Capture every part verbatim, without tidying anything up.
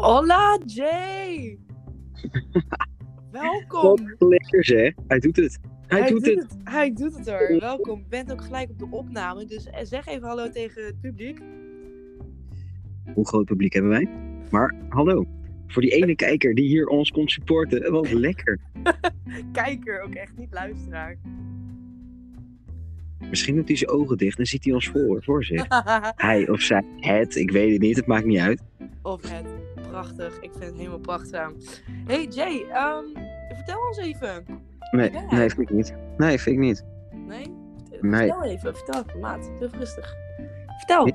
Hola Jay! Welkom! Lekker zeg, hij doet het. Hij, Hij doet, doet het. het. Hij doet het hoor. Welkom. Je bent ook gelijk op de opname, dus zeg even hallo tegen het publiek. Hoe groot publiek hebben wij? Maar hallo, voor die ene kijker die hier ons komt supporten, wat lekker. Kijker, ook echt niet luisteraar. Misschien doet hij zijn ogen dicht en ziet hij ons voor, voor zich. Hij of zij, het, ik weet het niet, het maakt niet uit. Of het. Prachtig. Ik vind het helemaal prachtig. Hey Jay, um, vertel ons even. Nee, Ja. nee, vind ik niet. Nee, vind ik niet. Nee? Nee. Vertel even. Vertel even, maat. Doe even rustig. Vertel.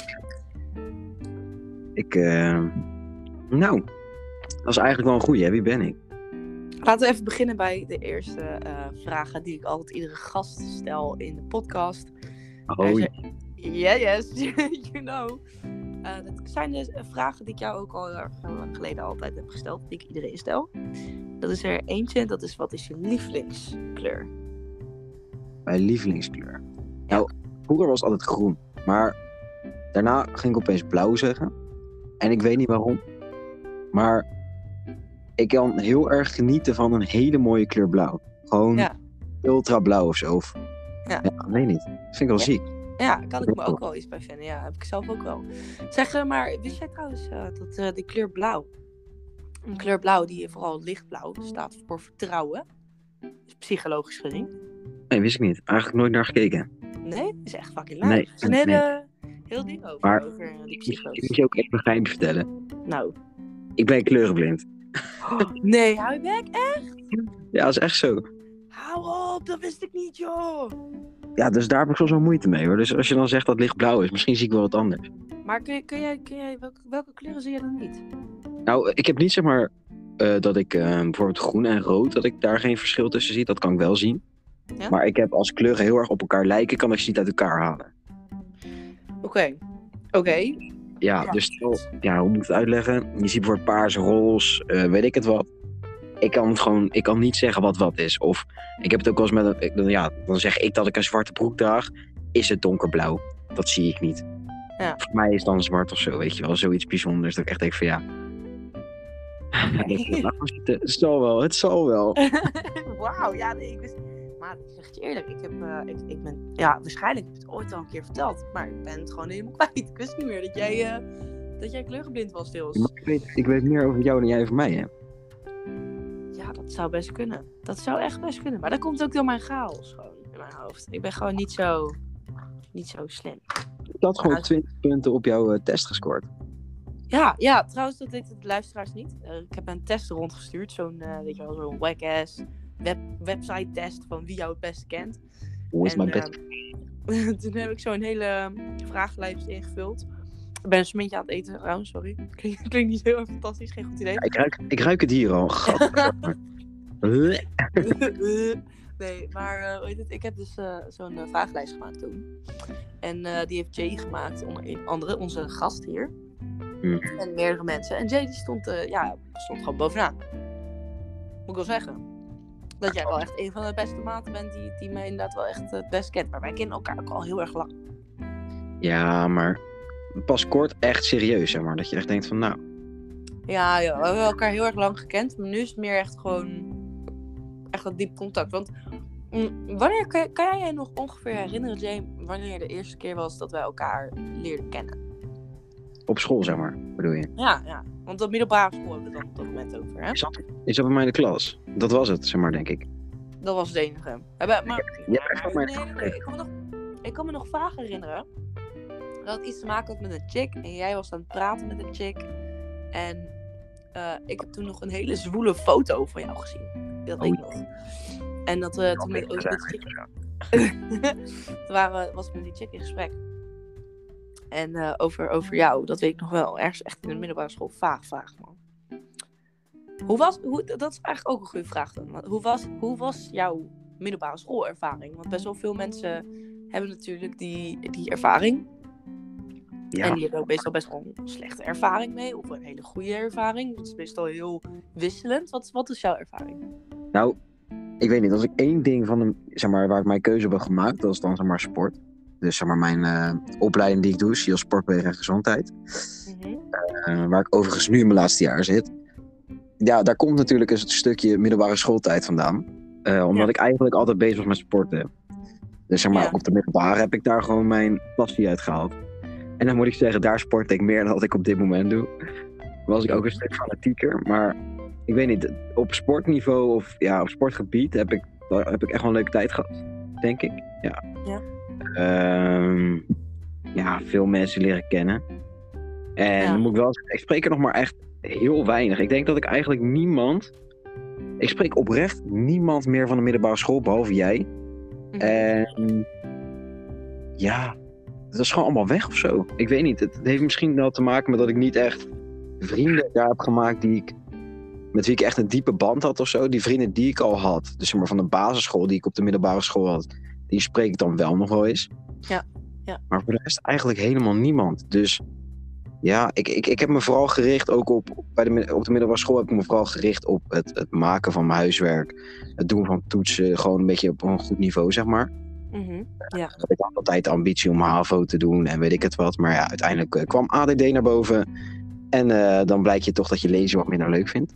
Ik, eh... Nou, dat is eigenlijk wel een goeie, hè? Wie ben ik? Laten we even beginnen bij de eerste uh, vragen die ik altijd iedere gast stel in de podcast. Oh, ja. Yeah, yes, you know. Uh, dat zijn de vragen die ik jou ook al heel erg lang geleden altijd heb gesteld, die ik iedereen stel. Dat is er eentje, dat is: wat is je lievelingskleur? mijn lievelingskleur. Nou, vroeger was het altijd groen, maar daarna ging ik opeens blauw zeggen. En ik weet niet waarom. Maar ik kan heel erg genieten van een hele mooie kleur blauw. Gewoon Ja. ultra blauw of zo. Of, Ja. ja, weet niet. Dat vind ik wel Ja. ziek. Ja, kan ik me ook wel iets bij vinden. Ja, heb ik zelf ook wel. Zeg, uh, maar wist jij trouwens uh, dat uh, die kleur blauw, een kleur blauw die vooral lichtblauw staat voor vertrouwen, dus psychologisch gezien? Nee, wist ik niet. Eigenlijk nooit naar gekeken. Nee, is echt fucking leuk. Nee, Er is een nee. hele, heel ding over, Maar- over uh, die Ik psychologie. moet je ook even een geheim vertellen. Nou. Ik ben kleurenblind. Nee, hou je bek, echt? Ja, dat is echt zo. Hou op, dat wist ik niet, joh. Ja, dus daar heb ik soms wel moeite mee hoor. Dus als je dan zegt dat lichtblauw is, misschien zie ik wel wat anders. Maar kun, je, kun jij, kun jij welke, welke kleuren zie je dan niet? Nou, ik heb niet zeg maar uh, dat ik uh, bijvoorbeeld groen en rood, dat ik daar geen verschil tussen zie. Dat kan ik wel zien. Ja? Maar ik heb als kleuren heel erg op elkaar lijken, kan ik ze niet uit elkaar halen. Oké. Okay. Oké. Okay. Ja, Ja. dus stel, ja, hoe moet ik het uitleggen? Je ziet bijvoorbeeld paars, roze, uh, weet ik het wat. Ik kan het gewoon, ik kan niet zeggen wat wat is. Of ik heb het ook wel eens met een, ik, ja, dan zeg ik dat ik een zwarte broek draag. Is het donkerblauw? Dat zie ik niet. Ja. Voor mij is het dan zwart of zo, weet je wel. Zoiets bijzonders dat ik echt denk van ja. Okay. Het zal wel, het zal wel. Wauw, ja, nee, ik wist... Maar ik zeg het je eerlijk, ik heb, uh, ik, ik ben, ja, waarschijnlijk heb ik het ooit al een keer verteld, maar ik ben het gewoon helemaal kwijt. Ik wist niet meer dat jij, uh, dat jij kleurenblind was, Stils. Maar ik, weet, ik weet meer over jou dan jij over mij hebt. Ja, dat zou best kunnen. Dat zou echt best kunnen. Maar dat komt ook door mijn chaos gewoon in mijn hoofd. Ik ben gewoon niet zo, niet zo slim. Ik had gewoon twintig punten op jouw uh, test gescoord. Ja, ja, trouwens, dat deed de luisteraars niet. Uh, ik heb een test rondgestuurd, zo'n, uh, weet je wel, zo'n whack-ass web, website test van wie jou het beste kent. Hoe is En, mijn best? Uh, toen heb ik zo'n hele vragenlijst ingevuld. Ik ben een smintje aan het eten, trouwens, sorry. Klinkt, klinkt niet heel erg fantastisch, geen goed idee. Ja, ik, ruik, ik ruik het hier al. Nee, maar uh, weet het, ik heb dus uh, zo'n uh, vragenlijst gemaakt toen. En uh, die heeft Jay gemaakt, onder andere, onze gast hier. Hmm. En meerdere mensen. En Jay die stond, uh, ja, stond gewoon bovenaan. Moet ik wel zeggen. Dat jij wel echt een van de beste maten bent die, die mij inderdaad wel echt het best kent. Maar wij kennen elkaar ook al heel erg lang. Ja, maar pas kort echt serieus, zeg maar. Dat je echt denkt van, nou... Ja, ja, we hebben elkaar heel erg lang gekend. Maar nu is het meer echt gewoon... Echt een diep contact. Want... Mm, wanneer kan, kan jij je nog ongeveer herinneren, Jay... Wanneer de eerste keer was dat wij elkaar leerden kennen? Op school, zeg maar, bedoel je? Ja, ja. Want op middelbare school hebben we het dan op dat moment over, hè? Is dat, is dat bij mij in de klas? Dat was het, zeg maar, denk ik. Dat was het enige. Maar, maar, Je hebt echt op nee, mij... nee, nee. Ik kan me nog, ik kan me nog vaag herinneren... Dat het iets te maken had met een chick. En jij was aan het praten met een chick. En uh, ik heb toen nog een hele zwoele foto van jou gezien. Dat weet ik nog. En dat uh, toen met, met die chick... toen waren, was ik met die chick in gesprek. En uh, over, over jou, dat weet ik nog wel. Ergens echt in de middelbare school. Vaag, vaag, man. Hoe was... Hoe, dat is eigenlijk ook een goede vraag dan. Hoe was, hoe was jouw middelbare schoolervaring? Want best wel veel mensen hebben natuurlijk die, die ervaring. Ja. En die hebben ook meestal best wel een slechte ervaring mee. Of een hele goede ervaring. Dat is meestal heel wisselend. Wat, wat is jouw ervaring? Nou, ik weet niet. Als ik één ding van een, zeg maar, waar ik mijn keuze heb gemaakt, dat is dan zeg maar sport. Dus zeg maar mijn uh, opleiding die ik doe, is sport, bewegen en gezondheid. Mm-hmm. uh, waar ik overigens nu in mijn laatste jaar zit. Ja, daar komt natuurlijk een stukje middelbare schooltijd vandaan. Uh, omdat Ja. ik eigenlijk altijd bezig was met sporten. Dus zeg maar, Ja. op de middelbare heb ik daar gewoon mijn passie uit gehaald. En dan moet ik zeggen, daar sportte ik meer dan wat ik op dit moment doe. Was ik ook een stuk fanatieker. Maar ik weet niet, op sportniveau of ja, op sportgebied heb ik, heb ik echt wel een leuke tijd gehad. Denk ik, ja. Ja. Um, ja, veel mensen leren kennen. En Ja. dan moet ik wel zeggen, ik spreek er nog maar echt heel weinig. Ik denk dat ik eigenlijk niemand... Ik spreek oprecht niemand meer van de middelbare school, behalve jij. Mhm. En ja, dat is gewoon allemaal weg of zo. Ik weet niet, het, het heeft misschien wel te maken met dat ik niet echt vrienden daar heb gemaakt die ik... met wie ik echt een diepe band had of zo. Die vrienden die ik al had, dus zeg maar van de basisschool die ik op de middelbare school had, die spreek ik dan wel nog wel eens. Ja, ja. Maar voor de rest eigenlijk helemaal niemand. Dus ja, ik, ik, ik heb me vooral gericht ook op, bij de, op de middelbare school heb ik me vooral gericht op het, het maken van mijn huiswerk. Het doen van toetsen, gewoon een beetje op een goed niveau, zeg maar. Mhm. Ja. Ik had altijd de ambitie om HAVO te doen en weet ik het wat. Maar ja, uiteindelijk uh, kwam A D D naar boven. En uh, dan blijkt je toch dat je lezen wat minder leuk vindt.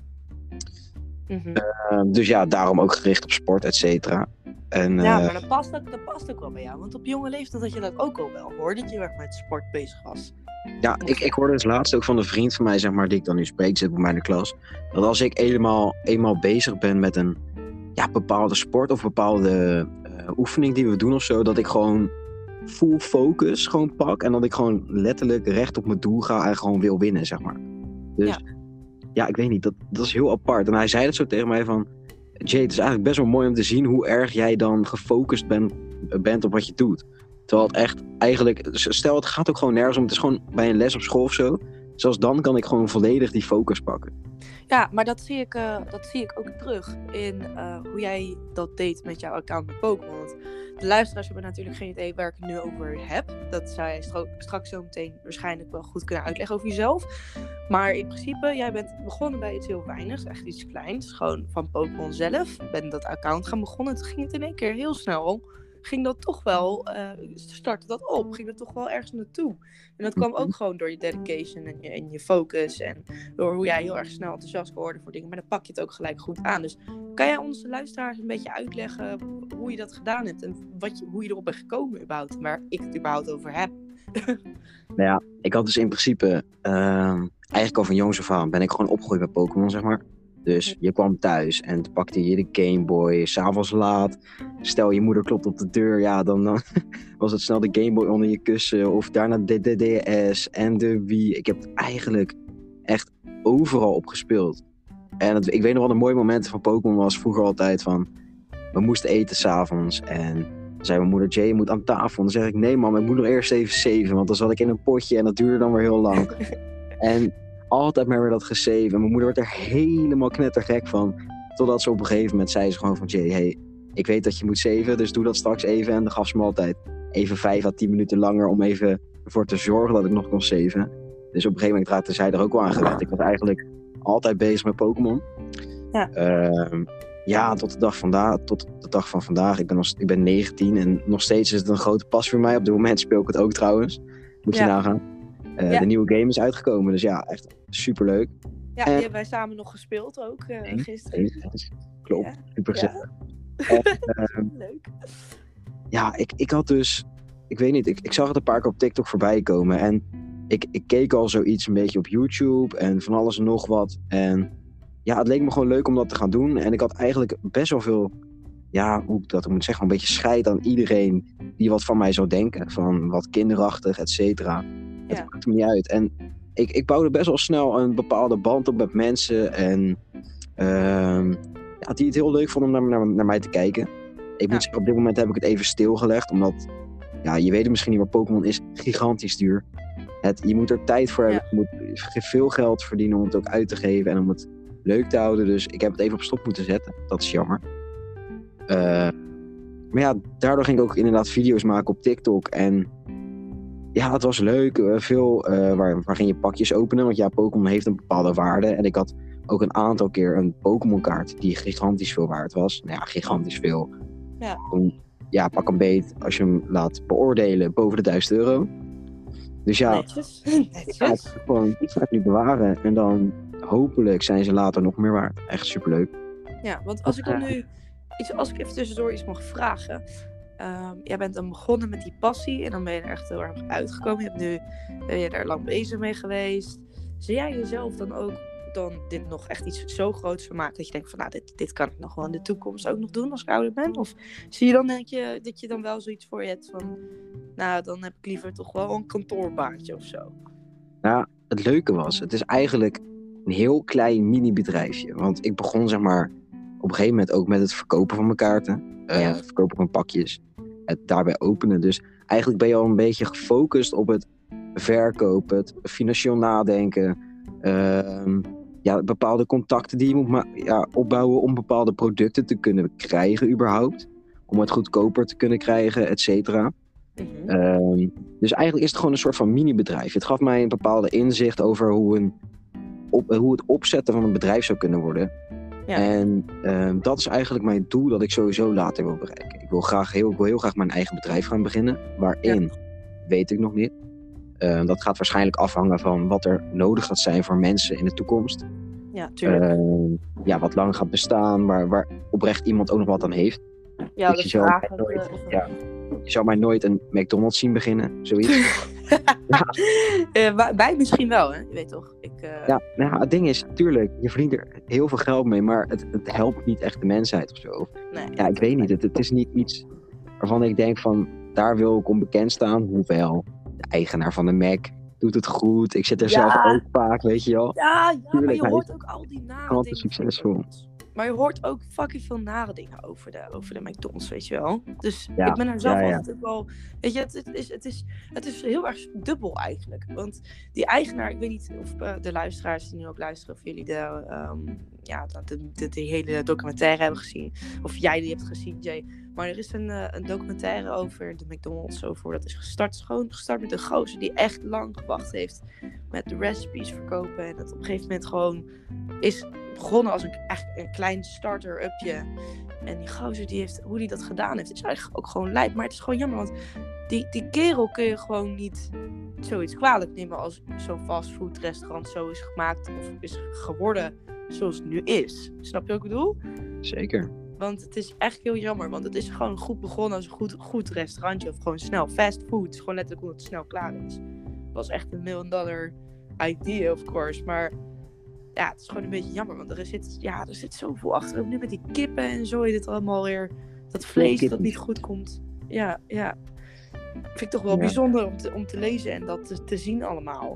Mhm. Uh, dus ja, daarom ook gericht op sport, et cetera. En, uh, Ja, maar dat past, ook, dat past ook wel bij jou. Want op jonge leeftijd had je dat ook al wel, hoor. Dat je heel erg met sport bezig was. Ja, ik, ik hoorde het laatst ook van een vriend van mij, zeg maar, die ik dan nu spreek, zit bij mij in de klas. Dat als ik eenmaal, eenmaal bezig ben met een ja, bepaalde sport of bepaalde uh, oefening die we doen of zo, dat ik gewoon full focus gewoon pak. En dat ik gewoon letterlijk recht op mijn doel ga en gewoon wil winnen, zeg maar. Dus ja, ja ik weet niet, dat, dat is heel apart. En hij zei het zo tegen mij van, Jay, het is eigenlijk best wel mooi om te zien hoe erg jij dan gefocust ben, bent op wat je doet. Terwijl het echt eigenlijk, stel het gaat ook gewoon nergens om, het is gewoon bij een les op school of zo. Zelfs dan kan ik gewoon volledig die focus pakken. Ja, maar dat zie ik, uh, dat zie ik ook terug in uh, hoe jij dat deed met jouw account met Pokémon. Want de luisteraars hebben natuurlijk geen idee waar ik het nu over heb. Dat zou jij stro- straks zo meteen waarschijnlijk wel goed kunnen uitleggen over jezelf. Maar in principe, jij bent begonnen bij iets heel weinigs, echt iets kleins. Gewoon van Pokémon zelf. Ben dat account gaan begonnen. Toen ging het in één keer heel snel. Ging dat toch wel, uh, startte dat op, ging dat toch wel ergens naartoe. En dat kwam ook gewoon door je dedication en je, en je focus en door hoe jij heel erg snel enthousiast kan worden voor dingen. Maar dan pak je het ook gelijk goed aan. Dus kan jij onze luisteraars een beetje uitleggen hoe je dat gedaan hebt en wat je, hoe je erop bent gekomen überhaupt, waar ik het überhaupt over heb? Nou ja, ik had dus in principe, uh, eigenlijk al van jongs af aan ben ik gewoon opgegroeid bij Pokémon, zeg maar. Dus je kwam thuis en toen pakte je de Game Boy, 's avonds laat. Stel je moeder klopt op de deur, ja, dan, dan was het snel de Game Boy onder je kussen. Of daarna de, de D S en de Wii. Ik heb eigenlijk echt overal op gespeeld. En het, ik weet nog wel de mooie momenten van Pokémon was vroeger altijd van, we moesten eten 's avonds en dan zei mijn moeder, Jay, je moet aan tafel. Dan zeg ik, nee mam, ik moet nog eerst even saven, want dan zat ik in een potje en dat duurde dan weer heel lang. En altijd maar weer dat gesave. En mijn moeder werd er helemaal knettergek van. Totdat ze op een gegeven moment zei ze gewoon van, Jay, hey, ik weet dat je moet saven, dus doe dat straks even. En dan gaf ze me altijd even vijf à tien minuten langer om even ervoor te zorgen dat ik nog kon saven. Dus op een gegeven moment raakte zij er ook wel aan gewend. Ik was eigenlijk altijd bezig met Pokémon. Ja. Uh, ja, tot de dag vandaag, tot de dag van vandaag. Ik ben, nog, ik ben negentien en nog steeds is het een grote pas voor mij. Op dit moment speel ik het ook trouwens. Moet je Ja. nagaan. Uh, Ja. De nieuwe game is uitgekomen, dus ja, echt superleuk. Ja, En- die hebben wij samen nog gespeeld ook uh, Nee, gisteren. Klopt, Ja. super Ja. gezellig. En, uh, Leuk. ja, ik, ik had dus, ik weet niet, ik, ik zag het een paar keer op TikTok voorbij komen. En ik, ik keek al zoiets een beetje op YouTube en van alles en nog wat. En ja, het leek me gewoon leuk om dat te gaan doen. En ik had eigenlijk best wel veel, ja, hoe ik dat moet zeggen, een beetje scheid aan iedereen die wat van mij zou denken. Van wat kinderachtig, et cetera. Het Ja. maakt me niet uit. En ik, ik bouwde best wel snel een bepaalde band op met mensen. En uh, ja, die het heel leuk vonden om naar, naar, naar mij te kijken. Ik Ja. moet zeggen, op dit moment heb ik het even stilgelegd. Omdat, ja, je weet het misschien niet, maar Pokémon is gigantisch duur. Het, je moet er tijd voor hebben. Ja. Je moet veel geld verdienen om het ook uit te geven. En om het leuk te houden. Dus ik heb het even op stop moeten zetten. Dat is jammer. Uh, maar ja, daardoor ging ik ook inderdaad video's maken op TikTok. En ja, het was leuk. Uh, veel uh, waar, waar ging je pakjes openen. Want ja, Pokémon heeft een bepaalde waarde. En ik had ook een aantal keer een Pokémon kaart die gigantisch veel waard was. Nou ja, gigantisch veel. Ja. Gewoon, ja, pak een beet als je hem laat beoordelen boven de duizend euro. Dus ja, Netjes. ja het Netjes. is gewoon, die ga ik nu bewaren. En dan hopelijk zijn ze later nog meer waard. Echt superleuk. Ja, want als ik dan Eh, nu... Iets, als ik even tussendoor iets mag vragen. Ehm, jij bent dan begonnen met die passie. En dan ben je er echt heel erg uitgekomen. Je hebt nu, ben je er lang bezig mee geweest. Zie jij jezelf dan ook dan dit nog echt iets zo groots van maken? Dat je denkt van, nou, dit, dit kan ik nog wel in de toekomst ook nog doen als ik ouder ben? Of zie je dan, denk je, dat je dan wel zoiets voor je hebt van... Nou, dan heb ik liever toch wel een kantoorbaantje of zo. Nou, het leuke was, het is eigenlijk een heel klein mini-bedrijfje. Want ik begon zeg maar op een gegeven moment ook met het verkopen van mijn kaarten. Uh, Ja. Het verkopen van pakjes. Het daarbij openen. Dus eigenlijk ben je al een beetje gefocust op het verkopen, het financieel nadenken. Uh, ja, bepaalde contacten die je moet ma- ja, opbouwen om bepaalde producten te kunnen krijgen überhaupt. Om het goedkoper te kunnen krijgen, et cetera. Mhm. Um, dus eigenlijk is het gewoon een soort van mini-bedrijf. Het gaf mij een bepaalde inzicht over hoe, een, op, hoe het opzetten van een bedrijf zou kunnen worden. Ja. En um, dat is eigenlijk mijn doel dat ik sowieso later wil bereiken. Ik wil, graag heel, ik wil heel graag mijn eigen bedrijf gaan beginnen. Waarin, ja. weet ik nog niet. Uh, dat gaat waarschijnlijk afhangen van wat er nodig gaat zijn voor mensen in de toekomst. Ja, tuurlijk. Uh, ja, wat lang gaat bestaan, waar, waar oprecht iemand ook nog wat aan heeft. Ja, dus de je vraag... zou nooit, ja, je zou mij nooit een McDonald's zien beginnen, zoiets. ja. uh, wij misschien wel, hè? Je weet toch? Ik, uh... Ja, nou, het ding is, natuurlijk, je verdient er heel veel geld mee, maar het, het helpt niet echt de mensheid of zo. Nee, ja, ik weet niet. Het, het is niet iets waarvan ik denk van, daar wil ik onbekend staan. Hoewel, de eigenaar van de Mac doet het goed. Ik zit er ja. zelf ook vaak, weet je wel. Ja, ja Tuurlijk, maar je hij hoort ook al die nare dingen. succesvol. Maar je hoort ook fucking veel nare dingen over de, over de McDonald's, weet je wel. Dus ja, ik ben er zelf ja, ja. altijd ook wel... Weet je, het, het, is, het, is, het is heel erg dubbel eigenlijk. Want die eigenaar, ik weet niet of uh, de luisteraars die nu ook luisteren... of jullie de, um, ja, de, de, de hele documentaire hebben gezien. Of jij die hebt gezien, Jay. Maar er is een, uh, een documentaire over de McDonald's. Over dat is gestart, gewoon gestart met een gozer die echt lang gewacht heeft... met de recipes verkopen. En dat op een gegeven moment gewoon is... begonnen als een, echt een klein starter-upje. En die gozer, die heeft, hoe die dat gedaan heeft, is eigenlijk ook gewoon lijp. Maar het is gewoon jammer, want die, die kerel kun je gewoon niet zoiets kwalijk nemen als zo'n fastfood restaurant zo is gemaakt of is geworden zoals het nu is. Snap je wat ik bedoel? Zeker. Want het is echt heel jammer, want het is gewoon goed begonnen als een goed, goed restaurantje of gewoon snel fast food. Het is gewoon letterlijk omdat het snel klaar is. Het was echt een million dollar idea, of course, maar... Ja, het is gewoon een beetje jammer, want er zit, ja, er zit zoveel achter. Ook nu met die kippen en zo, je dit allemaal weer... Dat vlees dat niet goed komt. Ja, ja. Vind ik toch wel ja. bijzonder om te, om te lezen en dat te, te zien allemaal.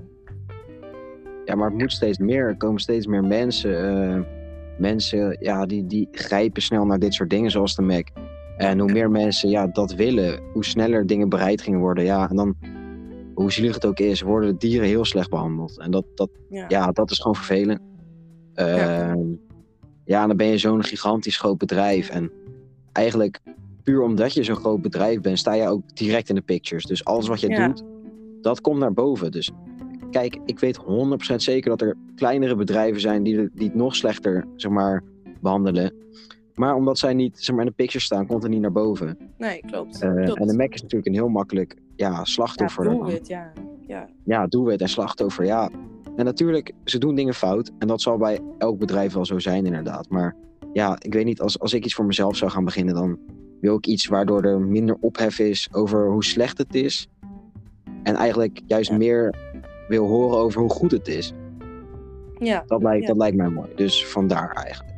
Ja, maar het moet steeds meer. Er komen steeds meer mensen. Uh, mensen, ja, die, die grijpen snel naar dit soort dingen, zoals de Mac. En hoe meer mensen, ja, dat willen, hoe sneller dingen bereid gingen worden. Ja, en dan... Hoe zielig het ook is, worden de dieren heel slecht behandeld. En dat, dat, ja. Ja, dat is gewoon vervelend. Uh, ja. ja, en dan ben je zo'n gigantisch groot bedrijf. En eigenlijk, puur omdat je zo'n groot bedrijf bent, sta je ook direct in de pictures. Dus alles wat je ja. doet, dat komt naar boven. Dus kijk, ik weet honderd procent zeker dat er kleinere bedrijven zijn die, die het nog slechter, zeg maar, behandelen. Maar omdat zij niet, zeg maar, in de pictures staan, komt het niet naar boven. Nee, klopt. Uh, klopt. En de Mac is natuurlijk een heel makkelijk ja, slachtoffer. Ja, doelwit, ja. Ja, ja doelwit en slachtoffer, ja. En natuurlijk, ze doen dingen fout. En dat zal bij elk bedrijf wel zo zijn, inderdaad. Maar ja, ik weet niet, als, als ik iets voor mezelf zou gaan beginnen, dan wil ik iets waardoor er minder ophef is over hoe slecht het is. En eigenlijk juist ja. meer wil horen over hoe goed het is. Ja. Dat lijkt, ja. dat lijkt mij mooi. Dus vandaar eigenlijk.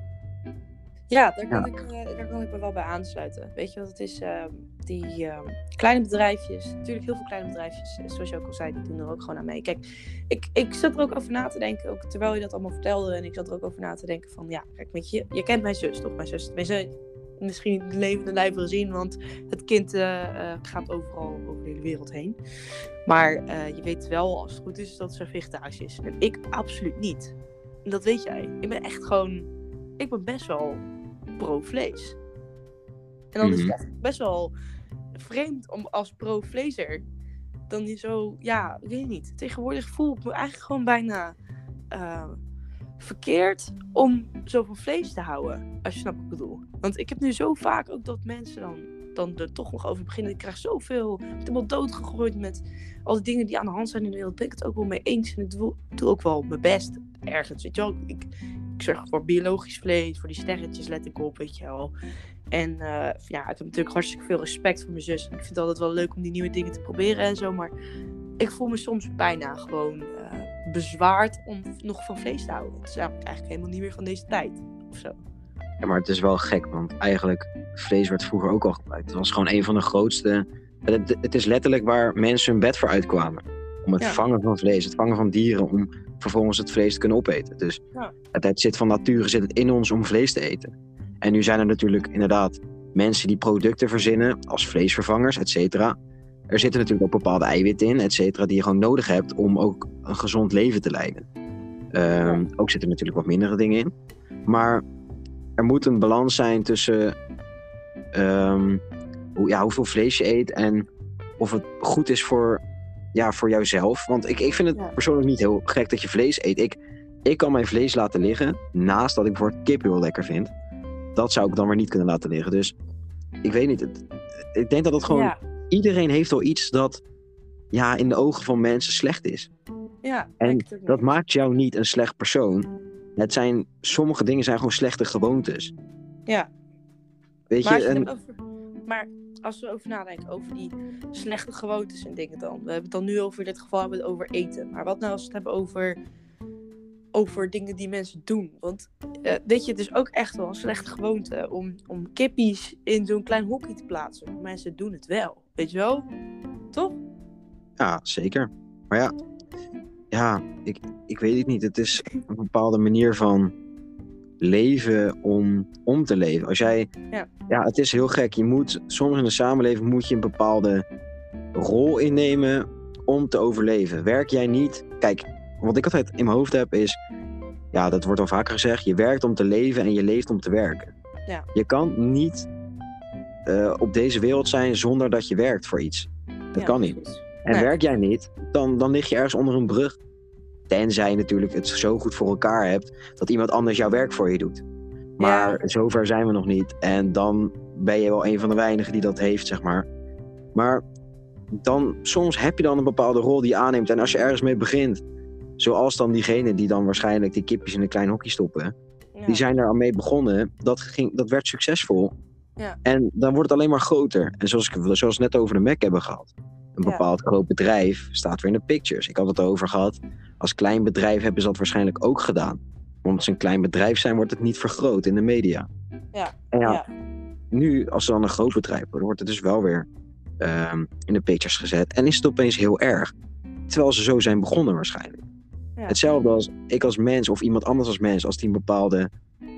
Ja, daar kan, ja. Ik, uh, daar kan ik me wel bij aansluiten. Weet je wat het is? Uh, die uh, kleine bedrijfjes, natuurlijk heel veel kleine bedrijfjes, zoals je ook al zei, die doen er ook gewoon aan mee. Kijk, ik, ik zat er ook over na te denken, ook terwijl je dat allemaal vertelde, en ik zat er ook over na te denken van, ja, kijk, weet je, je kent mijn zus, toch? Mijn zus, tenminste, misschien niet levende lijven gezien, want het kind uh, uh, gaat overal over de hele wereld heen. Maar uh, je weet wel, als het goed is, dat ze vegetarisch is. En ik absoluut niet. En dat weet jij. Ik ben echt gewoon, ik ben best wel pro-vlees. En dan mm-hmm. is het echt best wel vreemd om als pro-vleeser dan je zo, ja, ik weet niet. Tegenwoordig voel ik me eigenlijk gewoon bijna uh, verkeerd om zoveel vlees te houden. Als je snapt wat ik bedoel. Want ik heb nu zo vaak ook dat mensen dan dan er toch nog over beginnen. Ik krijg zoveel, ik word helemaal doodgegooid met al die dingen die aan de hand zijn in de wereld. Ben ik het ook wel mee eens. En ik doe, doe ook wel mijn best ergens, weet je wel. Ik, ik zorg voor biologisch vlees, voor die sterretjes let ik op, weet je wel. En uh, ja, ik heb natuurlijk hartstikke veel respect voor mijn zus. Ik vind het altijd wel leuk om die nieuwe dingen te proberen en zo. Maar ik voel me soms bijna gewoon uh, bezwaard om nog van vlees te houden. Het is eigenlijk helemaal niet meer van deze tijd, of zo. Ja, maar het is wel gek, want eigenlijk vlees werd vroeger ook al gebruikt. Het was gewoon een van de grootste... Het, het is letterlijk waar mensen hun bed voor uitkwamen. Om het ja. vangen van vlees, het vangen van dieren, om vervolgens het vlees te kunnen opeten. Dus ja. het, het zit van nature, zit het in ons om vlees te eten. En nu zijn er natuurlijk inderdaad mensen die producten verzinnen als vleesvervangers, et cetera. Er zitten natuurlijk ook bepaalde eiwitten in, et cetera, die je gewoon nodig hebt om ook een gezond leven te leiden. Um, ja. Ook zitten er natuurlijk wat mindere dingen in. Maar er moet een balans zijn tussen um, hoe, ja, hoeveel vlees je eet en of het goed is voor, ja, voor jouzelf. Want ik, ik vind het ja. persoonlijk niet heel gek dat je vlees eet. Ik, ik kan mijn vlees laten liggen, naast dat ik bijvoorbeeld kip heel lekker vind. Dat zou ik dan weer niet kunnen laten liggen. Dus ik weet niet. Het, ik denk dat het gewoon... Ja. Iedereen heeft wel iets dat ja, in de ogen van mensen slecht is. Ja, en dat maakt jou niet een slecht persoon. Het zijn, sommige dingen zijn gewoon slechte gewoontes. Ja. Weet maar je, als, je en... over, maar als we over nadenken, over die slechte gewoontes en dingen dan. We hebben het dan nu over, in dit geval hebben we het over eten. Maar wat nou als we het hebben over, over dingen die mensen doen? Want uh, weet je, het is ook echt wel een slechte gewoonte om, om kippies in zo'n klein hokje te plaatsen. Mensen doen het wel, weet je wel? Toch? Ja, zeker. Maar ja, ja ik, ik weet het niet. Het is een bepaalde manier van leven om, om te leven. Als jij, ja. ja, het is heel gek. Je moet, soms in de samenleving moet je een bepaalde rol innemen om te overleven. Werk jij niet... Kijk, wat ik altijd in mijn hoofd heb is... Ja, dat wordt al vaker gezegd. Je werkt om te leven en je leeft om te werken. Ja. Je kan niet uh, op deze wereld zijn zonder dat je werkt voor iets. Dat ja, kan niet. Precies. En nee. werk jij niet, dan, dan lig je ergens onder een brug. Tenzij je natuurlijk het zo goed voor elkaar hebt dat iemand anders jouw werk voor je doet. Maar ja. zover zijn we nog niet. En dan ben je wel een van de weinigen die dat heeft, zeg maar. Maar dan, soms heb je dan een bepaalde rol die je aanneemt. En als je ergens mee begint, zoals dan diegene die dan waarschijnlijk die kipjes in een klein hokje stoppen. Ja. Die zijn daar al mee begonnen. Dat, ging, dat werd succesvol. Ja. En dan wordt het alleen maar groter. En zoals, ik, zoals we net over de Mac hebben gehad. Een bepaald ja. groot bedrijf staat weer in de pictures. Ik had het over gehad. Als klein bedrijf hebben ze dat waarschijnlijk ook gedaan. Omdat ze een klein bedrijf zijn, wordt het niet vergroot in de media. Ja. En ja, ja. nu, als ze dan een groot bedrijf worden, wordt het dus wel weer um, in de pictures gezet. En is het opeens heel erg. Terwijl ze zo zijn begonnen waarschijnlijk. Ja. Hetzelfde als ik als mens of iemand anders als mens. Als die een bepaalde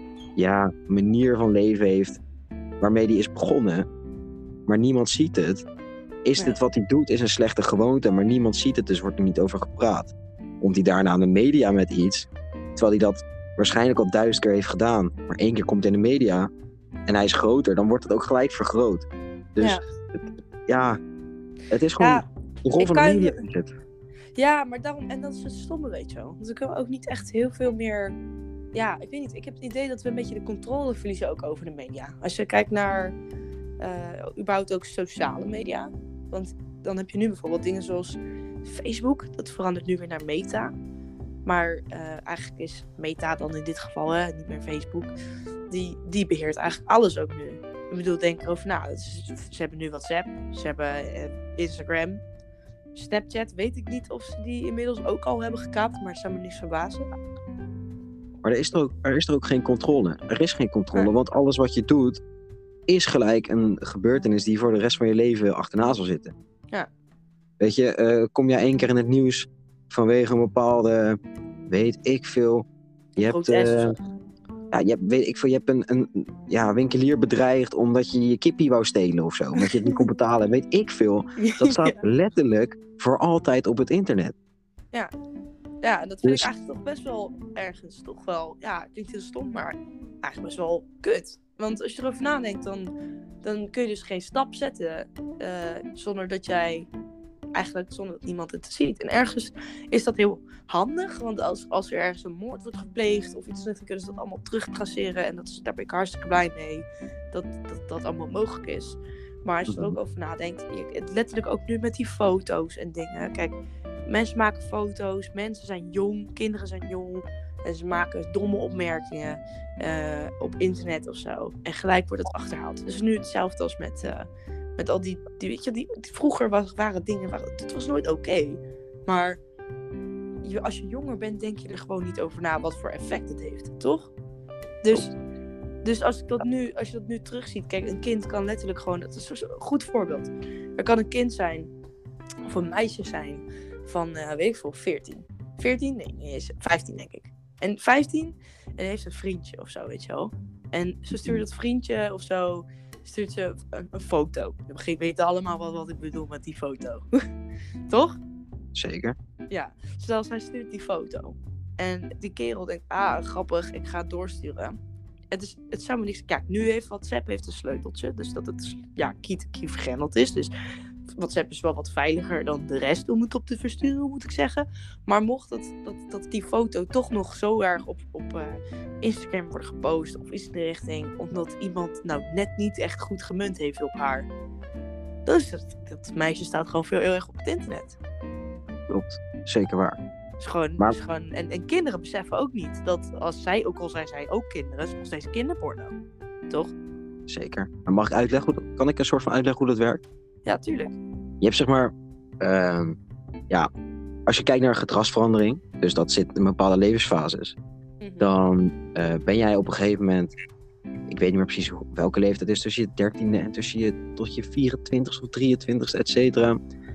ja, manier van leven heeft waarmee die is begonnen. Maar niemand ziet het. Is ja. dit wat hij doet, is een slechte gewoonte. Maar niemand ziet het, dus wordt er niet over gepraat. Komt hij daarna aan de media met iets. Terwijl hij dat waarschijnlijk al duizend keer heeft gedaan. Maar één keer komt hij in de media. En hij is groter, dan wordt het ook gelijk vergroot. Dus ja, het, ja, het is gewoon ja, de rol van de media. Je... Ja, maar daarom, en dat is het stomme, weet je wel. Want we kunnen ook niet echt heel veel meer... Ja, ik weet niet. Ik heb het idee dat we een beetje de controle verliezen ook over de media. Als je kijkt naar... Uh, überhaupt ook sociale media. Want dan heb je nu bijvoorbeeld dingen zoals Facebook. Dat verandert nu weer naar Meta. Maar uh, eigenlijk is Meta dan in dit geval, hè, niet meer Facebook. Die, die beheert eigenlijk alles ook nu. Ik bedoel, denk erover na. Nou, ze hebben nu WhatsApp. Ze hebben uh, Instagram. Snapchat, weet ik niet of ze die inmiddels ook al hebben gekaapt. Maar het zou me niks verbazen. Maar er is er ook, er is er ook geen controle. Er is geen controle, ja. want alles wat je doet... is gelijk een gebeurtenis die voor de rest van je leven achterna zal zitten. Ja. Weet je, uh, kom jij één keer in het nieuws vanwege een bepaalde, weet ik veel, je hebt, uh, ja, je hebt, weet ik veel, je hebt een, een ja, winkelier bedreigd omdat je je kippie wou stelen of zo, omdat je het niet kon betalen, weet ik veel. Dat staat ja. letterlijk voor altijd op het internet. Ja, ja en dat vind dus... ik eigenlijk toch best wel ergens toch wel, ja, het klinkt heel stom, maar eigenlijk best wel kut. Want als je erover nadenkt, dan, dan kun je dus geen stap zetten uh, zonder dat jij, eigenlijk zonder dat iemand het ziet. En ergens is dat heel handig, want als, als er ergens een moord wordt gepleegd of iets, dan kunnen ze dat allemaal terugtraceren. En dat is, daar ben ik hartstikke blij mee, dat, dat dat allemaal mogelijk is. Maar als je er ook over nadenkt, je, letterlijk ook nu met die foto's en dingen. Kijk, mensen maken foto's, mensen zijn jong, kinderen zijn jong. En ze maken domme opmerkingen uh, op internet of zo. En gelijk wordt het achterhaald. Dus nu hetzelfde als met, uh, met al die, die, weet je, die, die vroeger was, waren dingen, waren, het was nooit oké. Okay. Maar je, als je jonger bent, denk je er gewoon niet over na wat voor effect het heeft, toch? Dus, dus als, ik dat nu, als je dat nu terugziet, kijk, een kind kan letterlijk gewoon, dat is een goed voorbeeld. Er kan een kind zijn, of een meisje zijn, van, uh, weet ik veel, veertien. veertien? Nee, nee, is vijftien denk ik. En vijftien, en heeft een vriendje of zo, weet je wel. En ze stuurt dat vriendje of zo, stuurt ze een, een foto. We weten allemaal wat, wat ik bedoel met die foto. Toch? Zeker. Ja, stel zij stuurt die foto. En die kerel denkt, ah, grappig, ik ga het doorsturen. Het, is, het zou me niks... Kijk, nu heeft WhatsApp heeft een sleuteltje. Dus dat het, ja, key vergrendeld is. Dus WhatsApp is wel wat veiliger dan de rest om het op te versturen, moet ik zeggen. Maar mocht dat, dat, dat die foto toch nog zo erg op, op uh, Instagram worden gepost of iets in de richting, omdat iemand nou net niet echt goed gemunt heeft op haar. Dus dat, dat meisje staat gewoon veel heel erg op het internet. Klopt, zeker waar. Is gewoon, maar... is gewoon, en, en kinderen beseffen ook niet dat als zij, ook al zijn zij ook kinderen, is nog steeds kinderporno. Toch? Zeker. Maar mag ik uitleggen, hoe, kan ik een soort van uitleggen hoe dat werkt? Ja, tuurlijk. Je hebt zeg maar, uh, ja, als je kijkt naar gedragsverandering, dus dat zit in bepaalde levensfases, mm-hmm. dan uh, ben jij op een gegeven moment, ik weet niet meer precies welke leeftijd het is, tussen je dertiende en tussen je tot je vierentwintigste of drieëntwintigste, et cetera.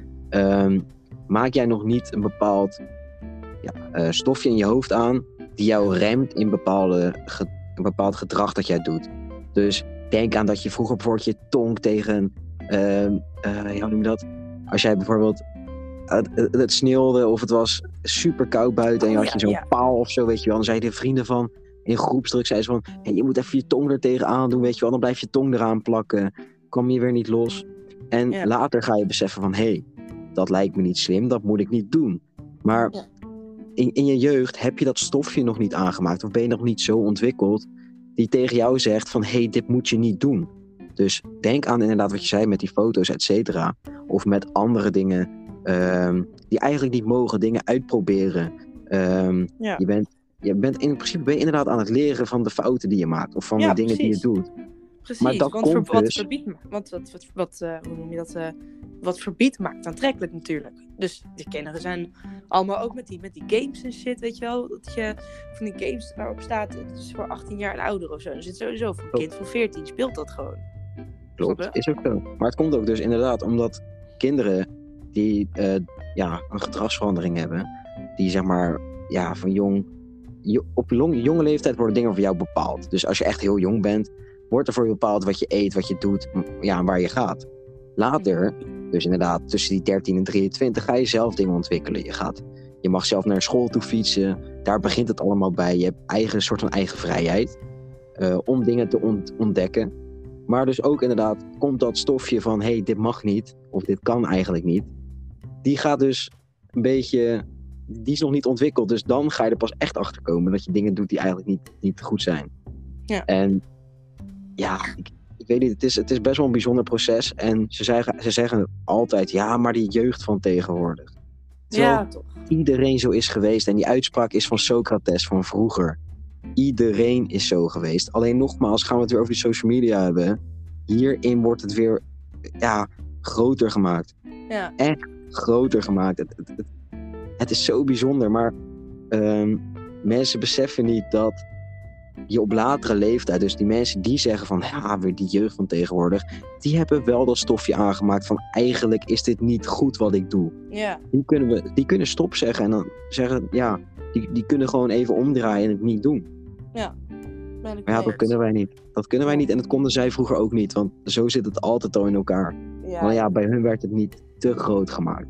Uh, maak jij nog niet een bepaald ja, uh, stofje in je hoofd aan die jou remt in bepaalde ge- een bepaald gedrag dat jij doet. Dus denk aan dat je vroeger bijvoorbeeld je tong tegen, uh, uh, hoe noem je dat? Als jij bijvoorbeeld, het, het sneeuwde of het was super koud buiten en je had je zo'n ja, ja. paal of zo, weet je wel. Dan zeiden de vrienden van, in groepsdruk, zeiden ze van, hey, je moet even je tong er tegenaan doen, weet je wel. Dan blijf je tong eraan plakken, kwam je weer niet los. En ja. later ga je beseffen van, hé, hey, dat lijkt me niet slim, dat moet ik niet doen. Maar ja. in, in je jeugd heb je dat stofje nog niet aangemaakt of ben je nog niet zo ontwikkeld die tegen jou zegt van, hé, hey, dit moet je niet doen. Dus denk aan inderdaad wat je zei met die foto's, et cetera. Of met andere dingen um, die eigenlijk niet mogen, dingen uitproberen. Um, ja. je, bent, je bent in principe ben je inderdaad aan het leren van de fouten die je maakt. Of van ja, de dingen precies. die je doet. Precies, maar dat want komt ver, wat dus... verbiedt, want wat, wat, wat, uh, hoe noem je dat, uh, wat verbiedt maakt aantrekkelijk natuurlijk. Dus die kinderen zijn allemaal ook met die, met die games en shit, weet je wel. Dat je van die games waarop staat, het is voor achttien jaar en ouder of zo. Dan zit sowieso voor een kind van veertien, speelt dat gewoon. Klopt, is ook zo. Maar het komt ook dus inderdaad omdat kinderen die uh, ja, een gedragsverandering hebben, die zeg maar ja, van jong, op long, jonge leeftijd worden dingen voor jou bepaald. Dus als je echt heel jong bent, wordt er voor je bepaald wat je eet, wat je doet, ja, waar je gaat. Later, dus inderdaad tussen die dertien en drieëntwintig, ga je zelf dingen ontwikkelen. Je, gaat, je mag zelf naar school toe fietsen, daar begint het allemaal bij. Je hebt eigen soort van eigen vrijheid uh, om dingen te ont- ontdekken. Maar dus ook inderdaad komt dat stofje van, hé, hey, dit mag niet, of dit kan eigenlijk niet. Die gaat dus een beetje, die is nog niet ontwikkeld. Dus dan ga je er pas echt achter komen dat je dingen doet die eigenlijk niet, niet goed zijn. Ja. En ja, ik, ik weet niet, het is, het is best wel een bijzonder proces. En ze zeggen, ze zeggen altijd, ja, maar die jeugd van tegenwoordig. Terwijl ja, toch. iedereen zo is geweest. En die uitspraak is van Socrates van vroeger. Iedereen is zo geweest. Alleen nogmaals, gaan we het weer over die social media hebben. Hierin wordt het weer ja, groter gemaakt. Ja. Echt groter gemaakt. Het, het, het, het is zo bijzonder. Maar um, mensen beseffen niet dat je op latere leeftijd, dus die mensen die zeggen van ja, weer die jeugd van tegenwoordig, die hebben wel dat stofje aangemaakt van eigenlijk is dit niet goed wat ik doe. Ja. Die kunnen we, die kunnen stop zeggen en dan zeggen ja, die, die kunnen gewoon even omdraaien en het niet doen. Ja. Ben ik maar ja, dat kunnen wij niet. Dat kunnen wij niet en dat konden zij vroeger ook niet, want zo zit het altijd al in elkaar. Ja. Maar ja, bij hun werd het niet te groot gemaakt.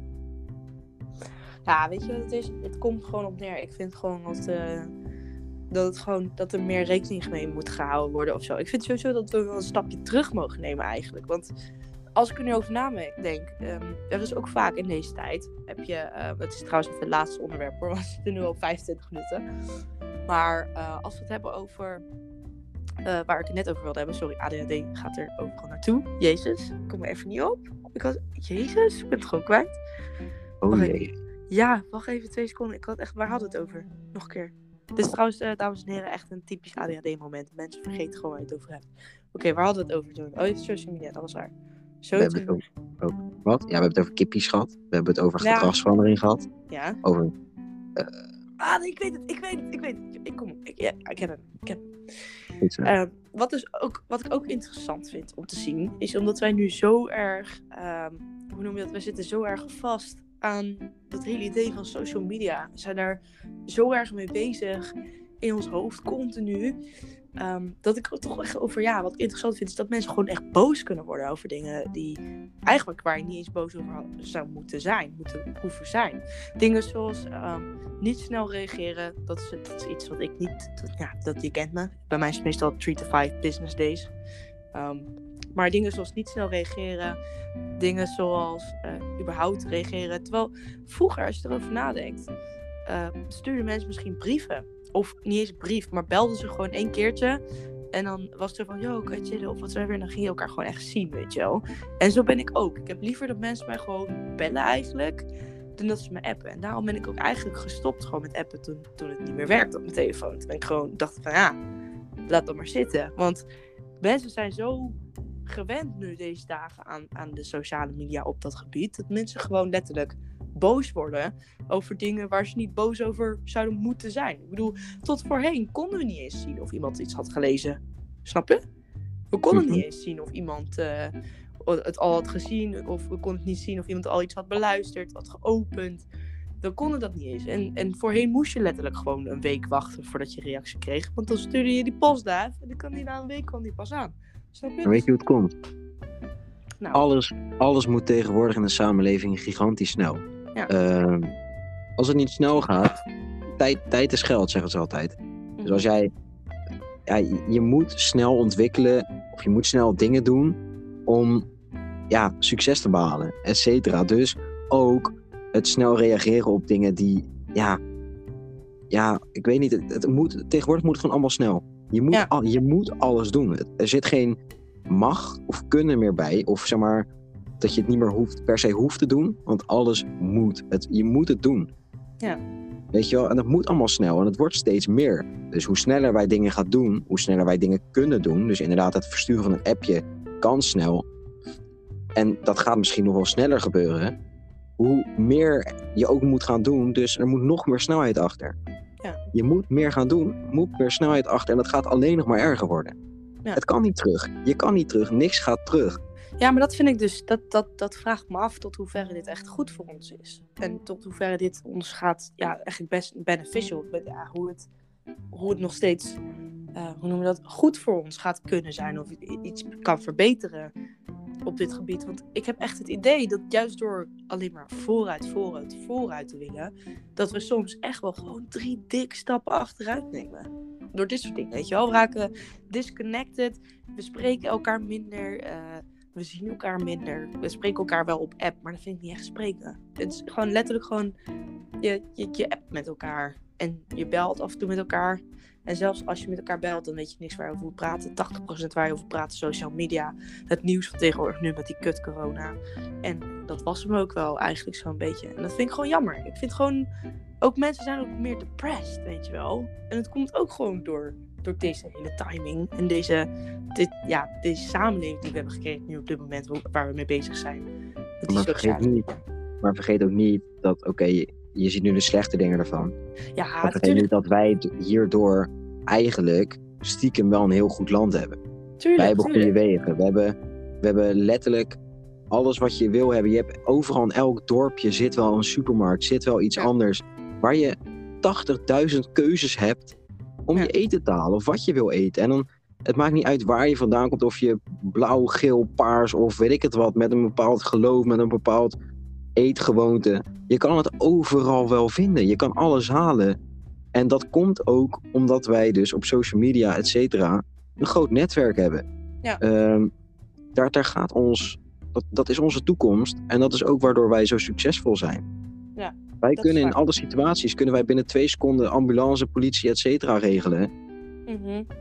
Ja, weet je wat het is? Het komt gewoon op neer. Ik vind gewoon dat, uh, dat, het gewoon, dat er meer rekening mee moet gehouden worden of zo. Ik vind sowieso dat we wel een stapje terug mogen nemen eigenlijk. Want als ik er nu over nadenk, um, er is ook vaak in deze tijd, heb je, uh, het is trouwens even het laatste onderwerp hoor, want we zitten nu al vijfentwintig minuten. Maar uh, als we het hebben over Uh, waar ik het net over wilde hebben. Sorry, A D H D gaat er overal naartoe. Jezus, kom er even niet op. Ik had... Jezus, ik ben het gewoon kwijt. Oh jee. Ja, wacht even twee seconden. Ik had echt... Waar hadden we het over? Nog een keer. Dit is trouwens, uh, dames en heren, echt een typisch A D H D moment. Mensen vergeten gewoon waar je het over hebt. Oké, okay, waar hadden we het over toen? Oh, social media, dat was waar. Zo we hebben het over, over... Wat? Ja, we hebben het over kippies gehad. We hebben het over ja. gedragsverandering gehad. Ja. Over... Uh... Ah, nee, ik weet het, ik weet het, ik weet het. Ik kom, ik, ja, ik heb hem, ik heb hem. Goed, uh, wat, dus ook, wat ik ook interessant vind om te zien, is omdat wij nu zo erg, um, hoe noem je dat, wij zitten zo erg vast aan dat hele idee van social media. We zijn daar zo erg mee bezig in ons hoofd, continu. Um, dat ik er toch echt over, ja, wat ik interessant vind, is dat mensen gewoon echt boos kunnen worden over dingen die eigenlijk waar je niet eens boos over zou moeten zijn, moeten hoeven zijn. Dingen zoals um, niet snel reageren, dat is, dat is iets wat ik niet, dat, ja, dat je kent me. Bij mij is het meestal three to five business days. Um, maar dingen zoals niet snel reageren, dingen zoals uh, überhaupt reageren. Terwijl vroeger, als je erover nadenkt, uh, stuurden mensen misschien brieven. Of niet eens een brief, maar belden ze gewoon één keertje. En dan was het zo van, yo, kan je chillen of wat zo weer. En dan ging je elkaar gewoon echt zien, weet je wel. En zo ben ik ook. Ik heb liever dat mensen mij gewoon bellen eigenlijk, dan dat ze me appen. En daarom ben ik ook eigenlijk gestopt gewoon met appen toen, toen het niet meer werkte op mijn telefoon. Toen ben ik gewoon dacht van, ja, laat dat maar zitten. Want mensen zijn zo gewend nu deze dagen aan, aan de sociale media op dat gebied, dat mensen gewoon letterlijk boos worden over dingen waar ze niet boos over zouden moeten zijn. Ik bedoel, tot voorheen konden we niet eens zien of iemand iets had gelezen. Snap je? We konden mm-hmm. niet eens zien of iemand uh, het al had gezien, of we konden niet zien of iemand al iets had beluisterd, had geopend. We konden dat niet eens. En, en voorheen moest je letterlijk gewoon een week wachten voordat je reactie kreeg. Want dan stuurde je die postduif en dan kan die na een week kwam die pas aan. Snap je? Maar weet je hoe het komt? Nou. Alles, alles moet tegenwoordig in de samenleving gigantisch snel. Ja. Uh, als het niet snel gaat, tijd, tijd is geld, zeggen ze altijd. Mm-hmm. Dus als jij, ja, je moet snel ontwikkelen, of je moet snel dingen doen om ja, succes te behalen, et cetera. Dus ook het snel reageren op dingen die, ja, ja, ik weet niet, het, het moet, tegenwoordig moet het gewoon allemaal snel. Je moet, ja. al, je moet alles doen. Er zit geen mag of kunnen meer bij, of zeg maar, dat je het niet meer hoeft, per se hoeft te doen, want alles moet. Het, je moet het doen. Ja. Weet je wel? En dat moet allemaal snel en het wordt steeds meer. Dus hoe sneller wij dingen gaan doen, hoe sneller wij dingen kunnen doen, dus inderdaad het versturen van een appje kan snel, en dat gaat misschien nog wel sneller gebeuren, hoe meer je ook moet gaan doen, dus er moet nog meer snelheid achter. Ja. Je moet meer gaan doen, moet meer snelheid achter en dat gaat alleen nog maar erger worden. Ja. Het kan niet terug. Je kan niet terug. Niks gaat terug. Ja, maar dat vind ik dus, dat, dat, dat vraagt me af tot hoeverre dit echt goed voor ons is. En tot hoeverre dit ons gaat, ja, echt best beneficial. Ja, hoe, het, hoe het nog steeds, uh, hoe noemen we dat, goed voor ons gaat kunnen zijn. Of iets kan verbeteren op dit gebied. Want ik heb echt het idee dat juist door alleen maar vooruit, vooruit, vooruit te willen, dat we soms echt wel gewoon drie dikke stappen achteruit nemen. Door dit soort dingen, weet je wel. We raken disconnected. We spreken elkaar minder. Uh, we zien elkaar minder. We spreken elkaar wel op app, maar dat vind ik niet echt spreken. Het is gewoon letterlijk gewoon, je, je, je appt met elkaar. En je belt af en toe met elkaar. En zelfs als je met elkaar belt, dan weet je niks waar je over moet praten. tachtig procent waar je over praat, social media. Het nieuws van tegenwoordig nu met die kut corona. En dat was hem ook wel eigenlijk zo'n beetje. En dat vind ik gewoon jammer. Ik vind gewoon, ook mensen zijn ook meer depressed, weet je wel. En het komt ook gewoon door, door deze hele timing. En deze, dit, ja, deze samenleving die we hebben gekregen nu op dit moment, waar we mee bezig zijn. Dat maar, vergeet niet, maar vergeet ook niet dat, oké, okay, je, je ziet nu de slechte dingen ervan. Ja, maar vergeet niet dat wij hierdoor eigenlijk stiekem wel een heel goed land hebben. Tuurlijk, wij hebben tuurlijk. goede wegen. We hebben, we hebben letterlijk alles wat je wil hebben. Je hebt overal in elk dorpje zit wel een supermarkt, zit wel iets ja. anders. Waar je tachtigduizend keuzes hebt om ja. je eten te halen of wat je wil eten. En dan, het maakt niet uit waar je vandaan komt, of je blauw, geel, paars of weet ik het wat, met een bepaald geloof, met een bepaald eetgewoonte. Je kan het overal wel vinden. Je kan alles halen. En dat komt ook omdat wij dus op social media, et cetera, een groot netwerk hebben. Ja. Um, daar, daar gaat ons, dat, dat is onze toekomst. En dat is ook waardoor wij zo succesvol zijn. Ja, wij kunnen in alle situaties, kunnen wij binnen twee seconden ambulance, politie, et cetera regelen. Mm-hmm.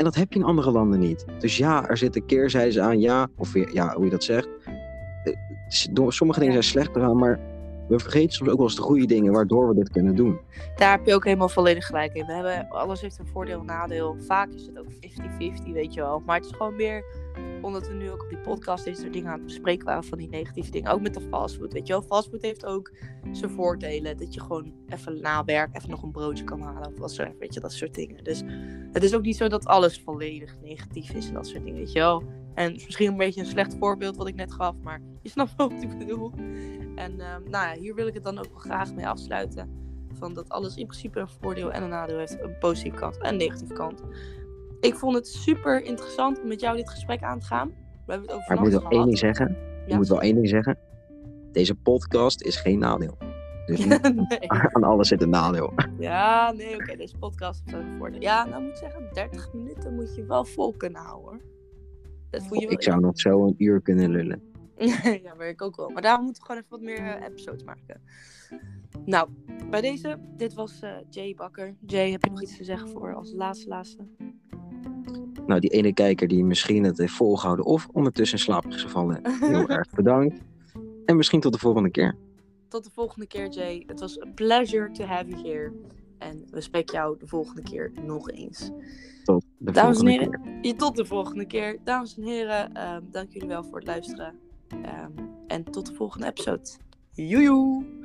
En dat heb je in andere landen niet. Dus ja, er zitten keerzijdes aan, ja. Of weer- ja, hoe je dat zegt. Eh, s- door- Sommige dingen Ja. zijn slechter aan, maar we vergeten soms ook wel eens de goede dingen waardoor we dit kunnen doen. Daar heb je ook helemaal volledig gelijk in. We hebben, alles heeft een voordeel en nadeel. Vaak is het ook vijftig vijftig, weet je wel. Maar het is gewoon meer, omdat we nu ook op die podcast deze soort dingen aan het bespreken waren van die negatieve dingen. Ook met de fastfood, weet je wel. Fastfood heeft ook zijn voordelen. Dat je gewoon even na werk even nog een broodje kan halen of wat zo, weet je, dat soort dingen. Dus het is ook niet zo dat alles volledig negatief is en dat soort dingen, weet je wel. En het is misschien een beetje een slecht voorbeeld wat ik net gaf, maar je snapt wel wat ik bedoel. En ehm, nou ja, hier wil ik het dan ook wel graag mee afsluiten. Van dat alles in principe een voordeel en een nadeel heeft. Een positieve kant en een negatieve kant. Ik vond het super interessant om met jou dit gesprek aan te gaan. We hebben het over Maar ik moet van wel één alles ding gehad. zeggen. Ik Ja, moet wel één ding zeggen. Deze podcast is geen nadeel. Dus niet nee. aan alles zit een nadeel. Ja, nee, oké, deze podcast heeft ook een voordeel. Ja, nou moet ik zeggen, dertig minuten moet je wel vol kunnen houden, hoor. Dat voel je wel Ik zou in. nog zo een uur kunnen lullen. Ja, maar ik ook wel. Maar daarom moeten we gewoon even wat meer eh, episodes maken. Nou, bij deze, dit was eh, Jay Bakker. Jay, heb je nog iets te zeggen voor als laatste laatste? Nou, die ene kijker die misschien het heeft volgehouden of ondertussen in slaap is gevallen. Heel erg bedankt. En misschien tot de volgende keer. Tot de volgende keer, Jay. Het was a pleasure to have you here. En we spreken jou de volgende keer nog eens. Tot de Dames en volgende heren, keer. ja, tot de volgende keer. Dames en heren, ehm, dank jullie wel voor het luisteren. Ehm, en tot de volgende episode. Joejoe!